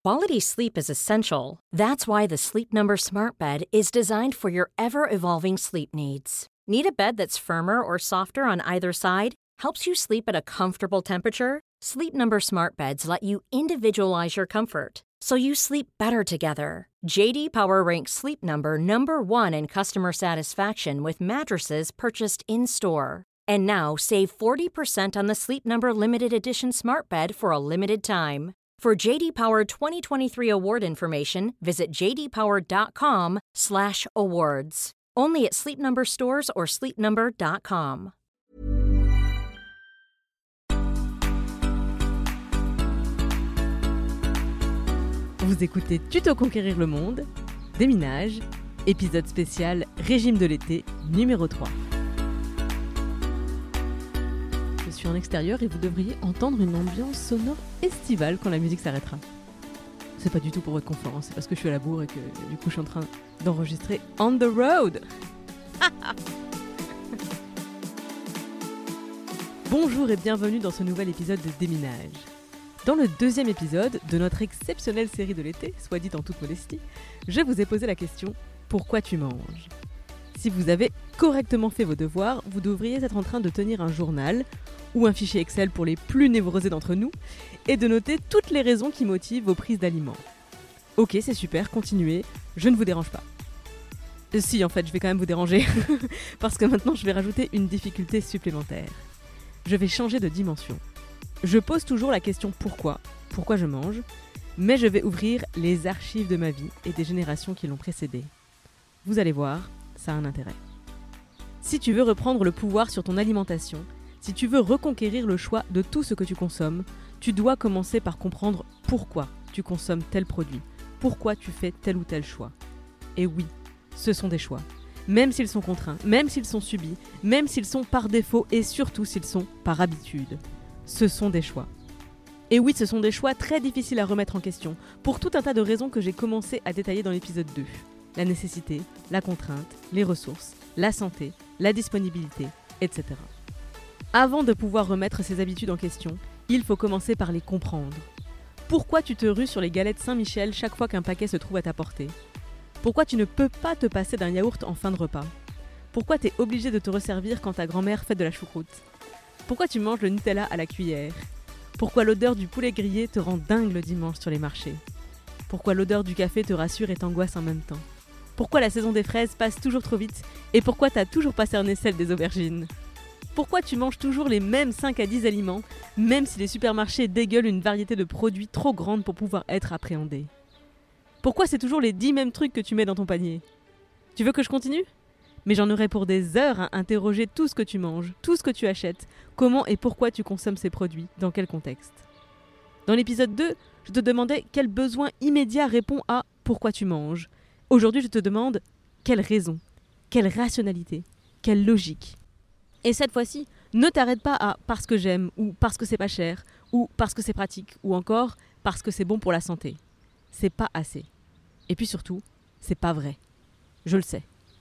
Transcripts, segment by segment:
Quality sleep is essential. That's why the Sleep Number Smart Bed is designed for your ever-evolving sleep needs. Need a bed that's firmer or softer on either side? Helps you sleep at a comfortable temperature? Sleep Number Smart Beds let you individualize your comfort, so you sleep better together. J.D. Power ranks Sleep Number number one in customer satisfaction with mattresses purchased in-store. And now, save 40% on the Sleep Number Limited Edition Smart Bed for a limited time. For J.D. Power 2023 award information, visit jdpower.com/awards. Only at Sleep Number stores or sleepnumber.com. Vous écoutez Tuto Conquérir le Monde, Déminage, épisode spécial Régime de l'été, numéro 3. Je suis en extérieur et vous devriez entendre une ambiance sonore estivale quand la musique s'arrêtera. C'est pas du tout pour votre confort, c'est parce que je suis à la bourre et que du coup je suis en train d'enregistrer On the Road. Bonjour et bienvenue dans ce nouvel épisode de Déminage. Dans le deuxième épisode de notre exceptionnelle série de l'été, soit dit en toute modestie, je vous ai posé la question « Pourquoi tu manges ?» Si vous avez correctement fait vos devoirs, vous devriez être en train de tenir un journal ou un fichier Excel pour les plus névrosés d'entre nous et de noter toutes les raisons qui motivent vos prises d'aliments. Ok, c'est super, continuez, je ne vous dérange pas. Si, en fait, je vais quand même vous déranger, parce que maintenant je vais rajouter une difficulté supplémentaire. Je vais changer de dimension. Je pose toujours la question pourquoi je mange, mais je vais ouvrir les archives de ma vie et des générations qui l'ont précédée. Vous allez voir, ça a un intérêt. Si tu veux reprendre le pouvoir sur ton alimentation, si tu veux reconquérir le choix de tout ce que tu consommes, tu dois commencer par comprendre pourquoi tu consommes tel produit, pourquoi tu fais tel ou tel choix. Et oui, ce sont des choix. Même s'ils sont contraints, même s'ils sont subis, même s'ils sont par défaut et surtout s'ils sont par habitude. Ce sont des choix. Et oui, ce sont des choix très difficiles à remettre en question, pour tout un tas de raisons que j'ai commencé à détailler dans l'épisode 2. La nécessité, la contrainte, les ressources, la santé, la disponibilité, etc. Avant de pouvoir remettre ces habitudes en question, il faut commencer par les comprendre. Pourquoi tu te rues sur les galettes Saint-Michel chaque fois qu'un paquet se trouve à ta portée ? Pourquoi tu ne peux pas te passer d'un yaourt en fin de repas ? Pourquoi t'es obligé de te resservir quand ta grand-mère fait de la choucroute ? Pourquoi tu manges le Nutella à la cuillère ? Pourquoi l'odeur du poulet grillé te rend dingue le dimanche sur les marchés ? Pourquoi l'odeur du café te rassure et t'angoisse en même temps ? Pourquoi la saison des fraises passe toujours trop vite ? Et pourquoi t'as toujours pas cerné celle des aubergines ? Pourquoi tu manges toujours les mêmes 5 à 10 aliments, même si les supermarchés dégueulent une variété de produits trop grande pour pouvoir être appréhendés ? Pourquoi c'est toujours les 10 mêmes trucs que tu mets dans ton panier ? Tu veux que je continue ? Mais j'en aurais pour des heures à interroger tout ce que tu manges, tout ce que tu achètes, comment et pourquoi tu consommes ces produits, dans quel contexte. Dans l'épisode 2, je te demandais quel besoin immédiat répond à « pourquoi tu manges ». Aujourd'hui, je te demande quelle raison, quelle rationalité, quelle logique. Et cette fois-ci, ne t'arrête pas à « parce que j'aime » ou « parce que c'est pas cher » ou « parce que c'est pratique » ou encore « parce que c'est bon pour la santé ». C'est pas assez. Et puis surtout, c'est pas vrai. Je le sais.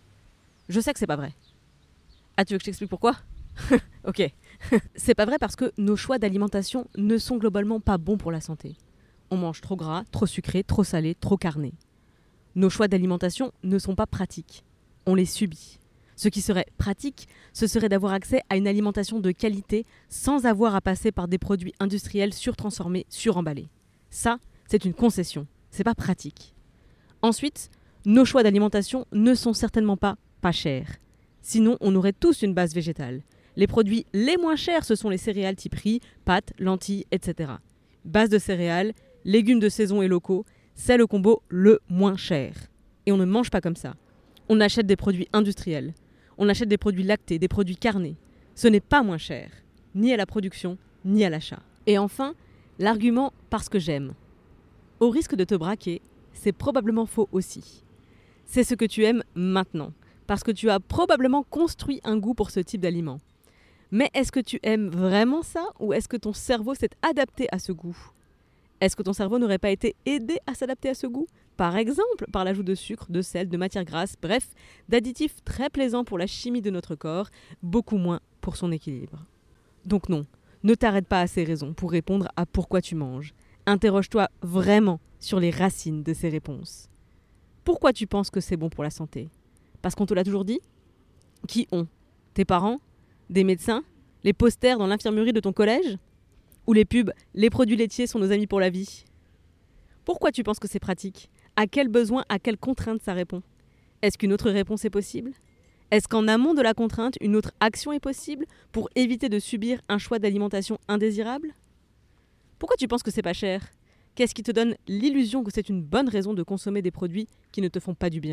Je sais que c'est pas vrai. Ah, tu veux que je t'explique pourquoi ? Ok. C'est pas vrai parce que nos choix d'alimentation ne sont globalement pas bons pour la santé. On mange trop gras, trop sucré, trop salé, trop carné. Nos choix d'alimentation ne sont pas pratiques. On les subit. Ce qui serait pratique, ce serait d'avoir accès à une alimentation de qualité sans avoir à passer par des produits industriels surtransformés, suremballés. Ça, c'est une concession. C'est pas pratique. Ensuite, nos choix d'alimentation ne sont certainement pas chers. Sinon, on aurait tous une base végétale. Les produits les moins chers, ce sont les céréales type riz, pâtes, lentilles, etc. Base de céréales, légumes de saison et locaux, c'est le combo le moins cher. Et on ne mange pas comme ça. On achète des produits industriels. On achète des produits lactés, des produits carnés. Ce n'est pas moins cher, ni à la production, ni à l'achat. Et enfin, l'argument « parce que j'aime ». Au risque de te braquer, c'est probablement faux aussi. C'est ce que tu aimes maintenant, parce que tu as probablement construit un goût pour ce type d'aliment. Mais est-ce que tu aimes vraiment ça ou est-ce que ton cerveau s'est adapté à ce goût ? Est-ce que ton cerveau n'aurait pas été aidé à s'adapter à ce goût ? Par exemple, par l'ajout de sucre, de sel, de matières grasses, bref, d'additifs très plaisants pour la chimie de notre corps, beaucoup moins pour son équilibre. Donc non, ne t'arrête pas à ces raisons pour répondre à pourquoi tu manges. Interroge-toi vraiment sur les racines de ces réponses. Pourquoi tu penses que c'est bon pour la santé ? Parce qu'on te l'a toujours dit ? Qui ont ? Tes parents ? Des médecins ? Les posters dans l'infirmerie de ton collège ? Ou les pubs « Les produits laitiers sont nos amis pour la vie ». Pourquoi tu penses que c'est pratique ? À quel besoin, à quelle contrainte ça répond ? Est-ce qu'une autre réponse est possible ? Est-ce qu'en amont de la contrainte, une autre action est possible pour éviter de subir un choix d'alimentation indésirable ? Pourquoi tu penses que c'est pas cher ? Qu'est-ce qui te donne l'illusion que c'est une bonne raison de consommer des produits qui ne te font pas du bien ?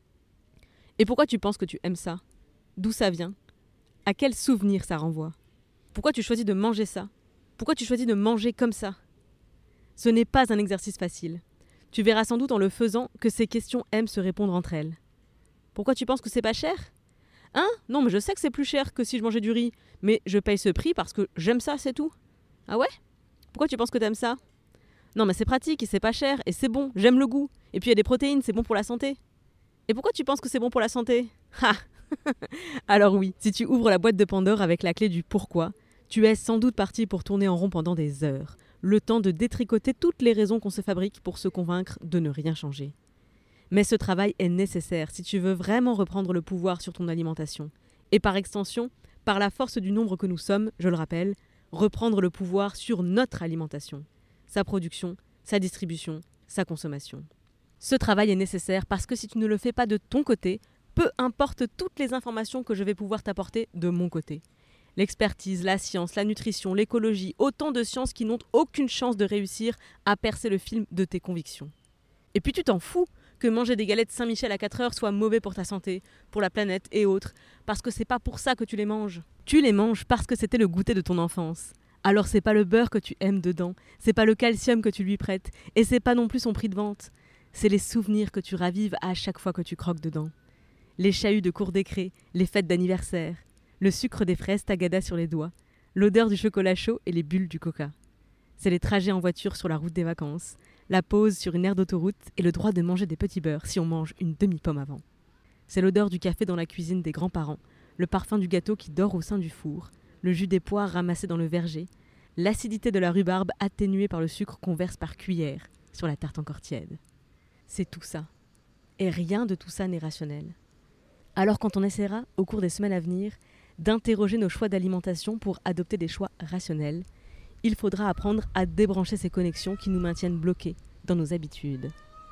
Et pourquoi tu penses que tu aimes ça ? D'où ça vient ? À quel souvenir ça renvoie ? Pourquoi tu choisis de manger ça ? Pourquoi tu choisis de manger comme ça ? Ce n'est pas un exercice facile. Tu verras sans doute en le faisant que ces questions aiment se répondre entre elles. Pourquoi tu penses que c'est pas cher ? Hein ? Non, mais je sais que c'est plus cher que si je mangeais du riz, mais je paye ce prix parce que j'aime ça, c'est tout. Ah ouais ? Pourquoi tu penses que t'aimes ça ? Non, mais c'est pratique et c'est pas cher et c'est bon, j'aime le goût. Et puis il y a des protéines, c'est bon pour la santé. Et pourquoi tu penses que c'est bon pour la santé ? Ha ! Alors oui, si tu ouvres la boîte de Pandore avec la clé du pourquoi, tu es sans doute parti pour tourner en rond pendant des heures, le temps de détricoter toutes les raisons qu'on se fabrique pour se convaincre de ne rien changer. Mais ce travail est nécessaire si tu veux vraiment reprendre le pouvoir sur ton alimentation. Et par extension, par la force du nombre que nous sommes, je le rappelle, reprendre le pouvoir sur notre alimentation, sa production, sa distribution, sa consommation. Ce travail est nécessaire parce que si tu ne le fais pas de ton côté, peu importe toutes les informations que je vais pouvoir t'apporter de mon côté. L'expertise, la science, la nutrition, l'écologie, autant de sciences qui n'ont aucune chance de réussir à percer le film de tes convictions. Et puis tu t'en fous que manger des galettes Saint-Michel à 4 heures soit mauvais pour ta santé, pour la planète et autres, parce que c'est pas pour ça que tu les manges. Tu les manges parce que c'était le goûter de ton enfance. Alors c'est pas le beurre que tu aimes dedans, c'est pas le calcium que tu lui prêtes, et c'est pas non plus son prix de vente. C'est les souvenirs que tu ravives à chaque fois que tu croques dedans. Les chahuts de cour des crés, les fêtes d'anniversaire, le sucre des fraises tagada sur les doigts, l'odeur du chocolat chaud et les bulles du coca. C'est les trajets en voiture sur la route des vacances, la pause sur une aire d'autoroute et le droit de manger des petits beurres si on mange une demi-pomme avant. C'est l'odeur du café dans la cuisine des grands-parents, le parfum du gâteau qui dort au sein du four, le jus des poires ramassé dans le verger, l'acidité de la rhubarbe atténuée par le sucre qu'on verse par cuillère sur la tarte encore tiède. C'est tout ça. Et rien de tout ça n'est rationnel. Alors quand on essaiera, au cours des semaines à venir, d'interroger nos choix d'alimentation pour adopter des choix rationnels, il faudra apprendre à débrancher ces connexions qui nous maintiennent bloqués dans nos habitudes.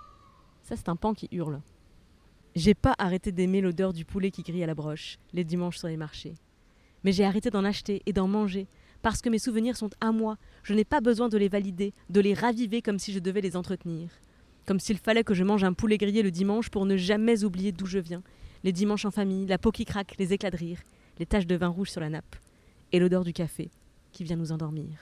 Ça, c'est un pan qui hurle. J'ai pas arrêté d'aimer l'odeur du poulet qui grille à la broche, les dimanches sur les marchés. Mais j'ai arrêté d'en acheter et d'en manger, parce que mes souvenirs sont à moi. Je n'ai pas besoin de les valider, de les raviver comme si je devais les entretenir. Comme s'il fallait que je mange un poulet grillé le dimanche pour ne jamais oublier d'où je viens. Les dimanches en famille, la peau qui craque, les éclats de rire, les taches de vin rouge sur la nappe, et l'odeur du café qui vient nous endormir.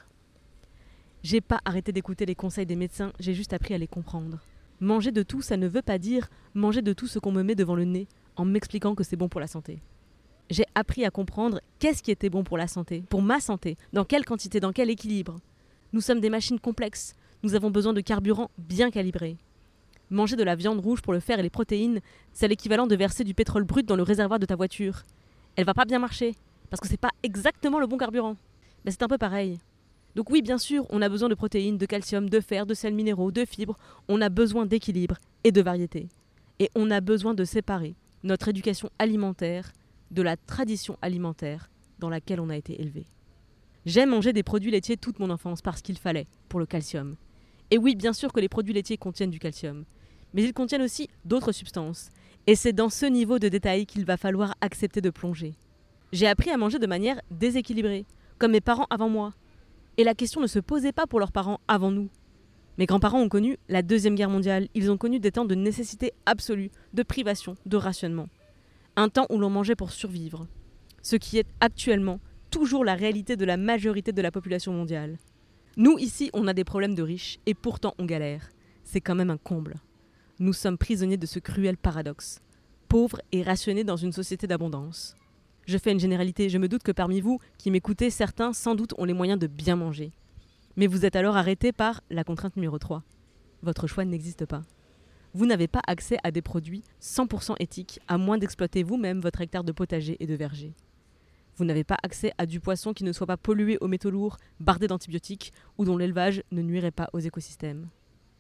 J'ai pas arrêté d'écouter les conseils des médecins, j'ai juste appris à les comprendre. Manger de tout, ça ne veut pas dire manger de tout ce qu'on me met devant le nez en m'expliquant que c'est bon pour la santé. J'ai appris à comprendre qu'est-ce qui était bon pour la santé, pour ma santé, dans quelle quantité, dans quel équilibre. Nous sommes des machines complexes, nous avons besoin de carburant bien calibré. Manger de la viande rouge pour le fer et les protéines, c'est l'équivalent de verser du pétrole brut dans le réservoir de ta voiture. Elle va pas bien marcher, parce que c'est pas exactement le bon carburant. Mais c'est un peu pareil. Donc oui, bien sûr, on a besoin de protéines, de calcium, de fer, de sels minéraux, de fibres. On a besoin d'équilibre et de variété. Et on a besoin de séparer notre éducation alimentaire de la tradition alimentaire dans laquelle on a été élevé. J'ai mangé des produits laitiers toute mon enfance parce qu'il fallait, pour le calcium. Et oui, bien sûr que les produits laitiers contiennent du calcium. Mais ils contiennent aussi d'autres substances. Et c'est dans ce niveau de détail qu'il va falloir accepter de plonger. J'ai appris à manger de manière déséquilibrée, comme mes parents avant moi. Et la question ne se posait pas pour leurs parents avant nous. Mes grands-parents ont connu la Deuxième Guerre mondiale. Ils ont connu des temps de nécessité absolue, de privation, de rationnement. Un temps où l'on mangeait pour survivre. Ce qui est actuellement toujours la réalité de la majorité de la population mondiale. Nous, ici, on a des problèmes de riches et pourtant on galère. C'est quand même un comble. Nous sommes prisonniers de ce cruel paradoxe. Pauvres et rationnés dans une société d'abondance. Je fais une généralité, je me doute que parmi vous qui m'écoutez, certains sans doute ont les moyens de bien manger. Mais vous êtes alors arrêtés par la contrainte numéro 3. Votre choix n'existe pas. Vous n'avez pas accès à des produits 100% éthiques, à moins d'exploiter vous-même votre hectare de potager et de verger. Vous n'avez pas accès à du poisson qui ne soit pas pollué aux métaux lourds, bardé d'antibiotiques, ou dont l'élevage ne nuirait pas aux écosystèmes.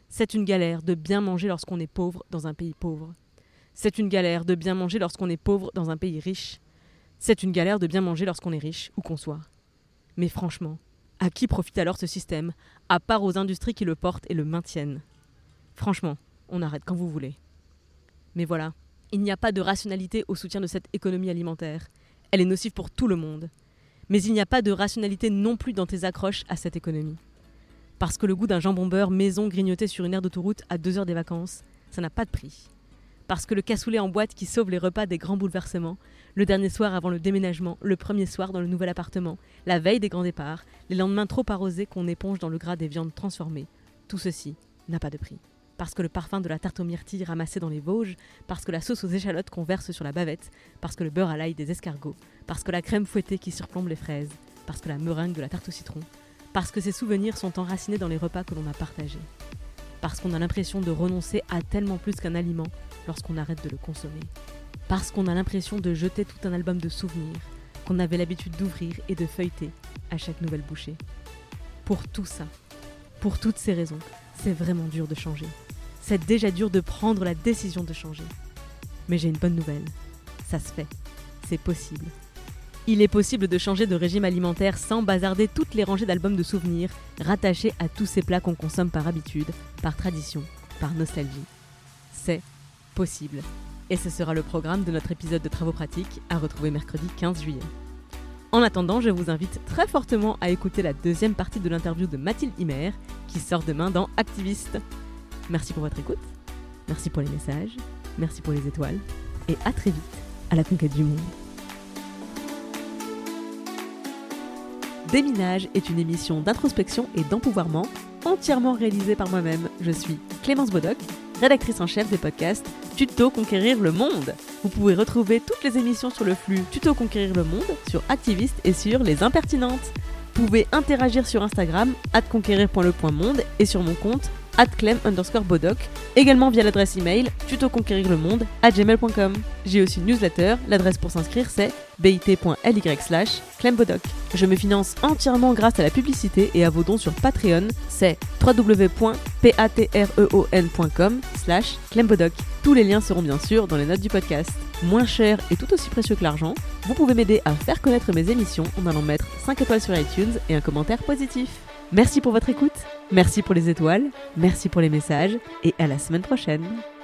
C'est une galère de bien manger lorsqu'on est pauvre dans un pays pauvre. C'est une galère de bien manger lorsqu'on est pauvre dans un pays riche. C'est une galère de bien manger lorsqu'on est riche, où qu'on soit. Mais franchement, à qui profite alors ce système, à part aux industries qui le portent et le maintiennent ? Franchement, on arrête quand vous voulez. Mais voilà, il n'y a pas de rationalité au soutien de cette économie alimentaire. Elle est nocive pour tout le monde. Mais il n'y a pas de rationalité non plus dans tes accroches à cette économie. Parce que le goût d'un jambon beurre maison grignoté sur une aire d'autoroute à 2 heures des vacances, ça n'a pas de prix. Parce que le cassoulet en boîte qui sauve les repas des grands bouleversements, le dernier soir avant le déménagement, le premier soir dans le nouvel appartement, la veille des grands départs, les lendemains trop arrosés qu'on éponge dans le gras des viandes transformées, tout ceci n'a pas de prix. Parce que le parfum de la tarte aux myrtilles ramassée dans les Vosges, parce que la sauce aux échalotes qu'on verse sur la bavette, parce que le beurre à l'ail des escargots, parce que la crème fouettée qui surplombe les fraises, parce que la meringue de la tarte au citron, parce que ces souvenirs sont enracinés dans les repas que l'on a partagés. Parce qu'on a l'impression de renoncer à tellement plus qu'un aliment lorsqu'on arrête de le consommer. Parce qu'on a l'impression de jeter tout un album de souvenirs qu'on avait l'habitude d'ouvrir et de feuilleter à chaque nouvelle bouchée. Pour tout ça, pour toutes ces raisons, c'est vraiment dur de changer. C'est déjà dur de prendre la décision de changer. Mais j'ai une bonne nouvelle. Ça se fait. C'est possible. Il est possible de changer de régime alimentaire sans bazarder toutes les rangées d'albums de souvenirs rattachés à tous ces plats qu'on consomme par habitude, par tradition, par nostalgie. C'est possible. Et ce sera le programme de notre épisode de Travaux pratiques à retrouver mercredi 15 juillet. En attendant, je vous invite très fortement à écouter la deuxième partie de l'interview de Mathilde Himer qui sort demain dans Activiste. Merci pour votre écoute, merci pour les messages, merci pour les étoiles et à très vite à la conquête du monde. Déminage est une émission d'introspection et d'empouvoirment entièrement réalisée par moi-même. Je suis Clémence Bodoc, rédactrice en chef des podcasts Tuto Conquérir le Monde. Vous pouvez retrouver toutes les émissions sur le flux Tuto Conquérir le Monde, sur Activiste et sur Les Impertinentes. Vous pouvez interagir sur Instagram @conquérir.le.monde et sur mon compte @clem_bodoc, également via l'adresse email tutoconquérirlemonde@gmail.com. J'ai aussi une newsletter, l'adresse pour s'inscrire c'est bit.ly/clembodoc. Je me finance entièrement grâce à la publicité et à vos dons sur Patreon, c'est www.patreon.com/clembodoc. Tous les liens seront bien sûr dans les notes du podcast. Moins cher et tout aussi précieux que l'argent, vous pouvez m'aider à faire connaître mes émissions en allant mettre 5 étoiles sur iTunes et un commentaire positif. Merci pour votre écoute, merci pour les étoiles, merci pour les messages et à la semaine prochaine.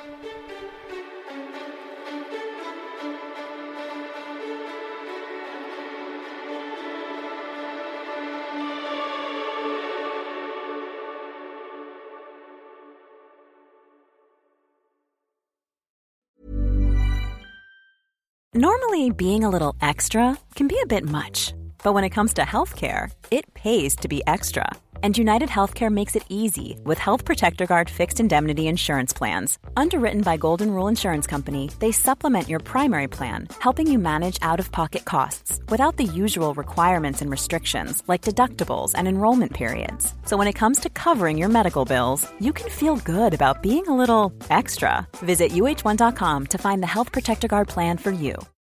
Normally, being a little extra can be a bit much, but when it comes to healthcare, it pays to be extra. And United Healthcare makes it easy with Health Protector Guard fixed indemnity insurance plans. Underwritten by Golden Rule Insurance Company, they supplement your primary plan, helping you manage out-of-pocket costs without the usual requirements and restrictions like deductibles and enrollment periods. So when it comes to covering your medical bills, you can feel good about being a little extra. Visit uh1.com to find the Health Protector Guard plan for you.